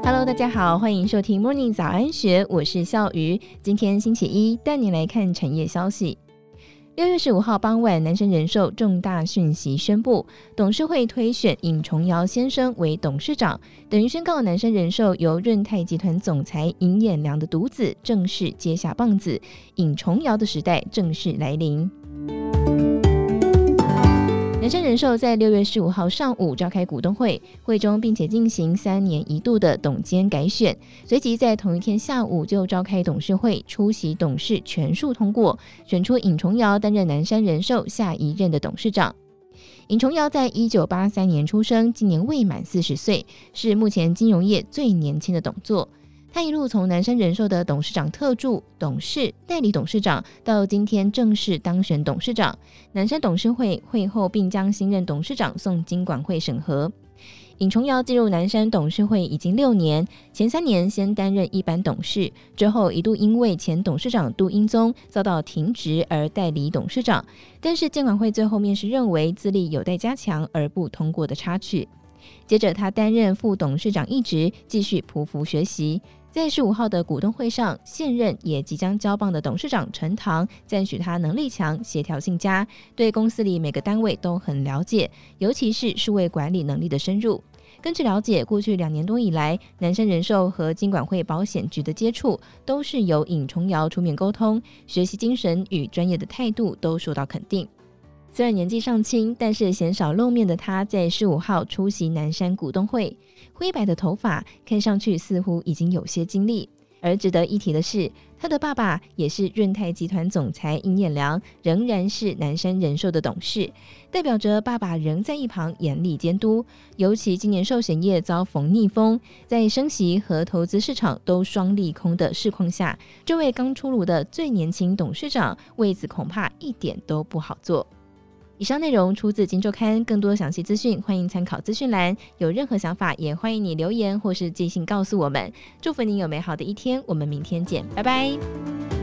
Hello， 大家好，欢迎收听 Morning 早安学，我是笑瑜。今天星期一，带你来看产业消息。6月15号傍晚，南山人寿重大讯息宣布，董事会推选尹崇尧先生为董事长，等于宣告南山人寿由润泰集团总裁尹衍良的独子正式接下棒子，尹崇尧的时代正式来临。南山人寿在6月15号上午召开股东会，会中并且进行3年1度的董监改选，随即在同一天下午就召开董事会，出席董事全数通过，选出尹崇尧担任南山人寿下一任的董事长。尹崇尧在1983年出生，今年未满40岁，是目前金融业最年轻的董座。他一路从南山人寿的董事长特助、董事、代理董事长，到今天正式当选董事长。南山董事会会后并将新任董事长送金管会审核。尹崇尧进入南山董事会已经6年，前3年先担任一般董事，之后一度因为前董事长杜英宗遭到停职而代理董事长，但是监管会最后面是认为资历有待加强而不通过的插曲。接着他担任副董事长一职，继续匍匐学习。在15号的股东会上，现任也即将交棒的董事长陈唐赞许他能力强、协调性佳，对公司里每个单位都很了解，尤其是数位管理能力的深入。根据了解，过去2年多以来，南山人寿和金管会保险局的接触都是由尹崇尧出面沟通，学习精神与专业的态度都受到肯定。虽然年纪尚轻，但是鲜少露面的他在15号出席南山股东会，灰白的头发看上去似乎已经有些经历。而值得一提的是，他的爸爸也是润泰集团总裁尹衍良，仍然是南山人寿的董事，代表着爸爸仍在一旁严厉监督。尤其今年寿险业遭逢逆风，在升息和投资市场都双利空的市况下，这位刚出炉的最年轻董事长位子恐怕一点都不好做。以上内容出自《今周刊》，更多详细资讯欢迎参考资讯栏。有任何想法也欢迎你留言或是寄信告诉我们。祝福您有美好的一天，我们明天见，拜拜。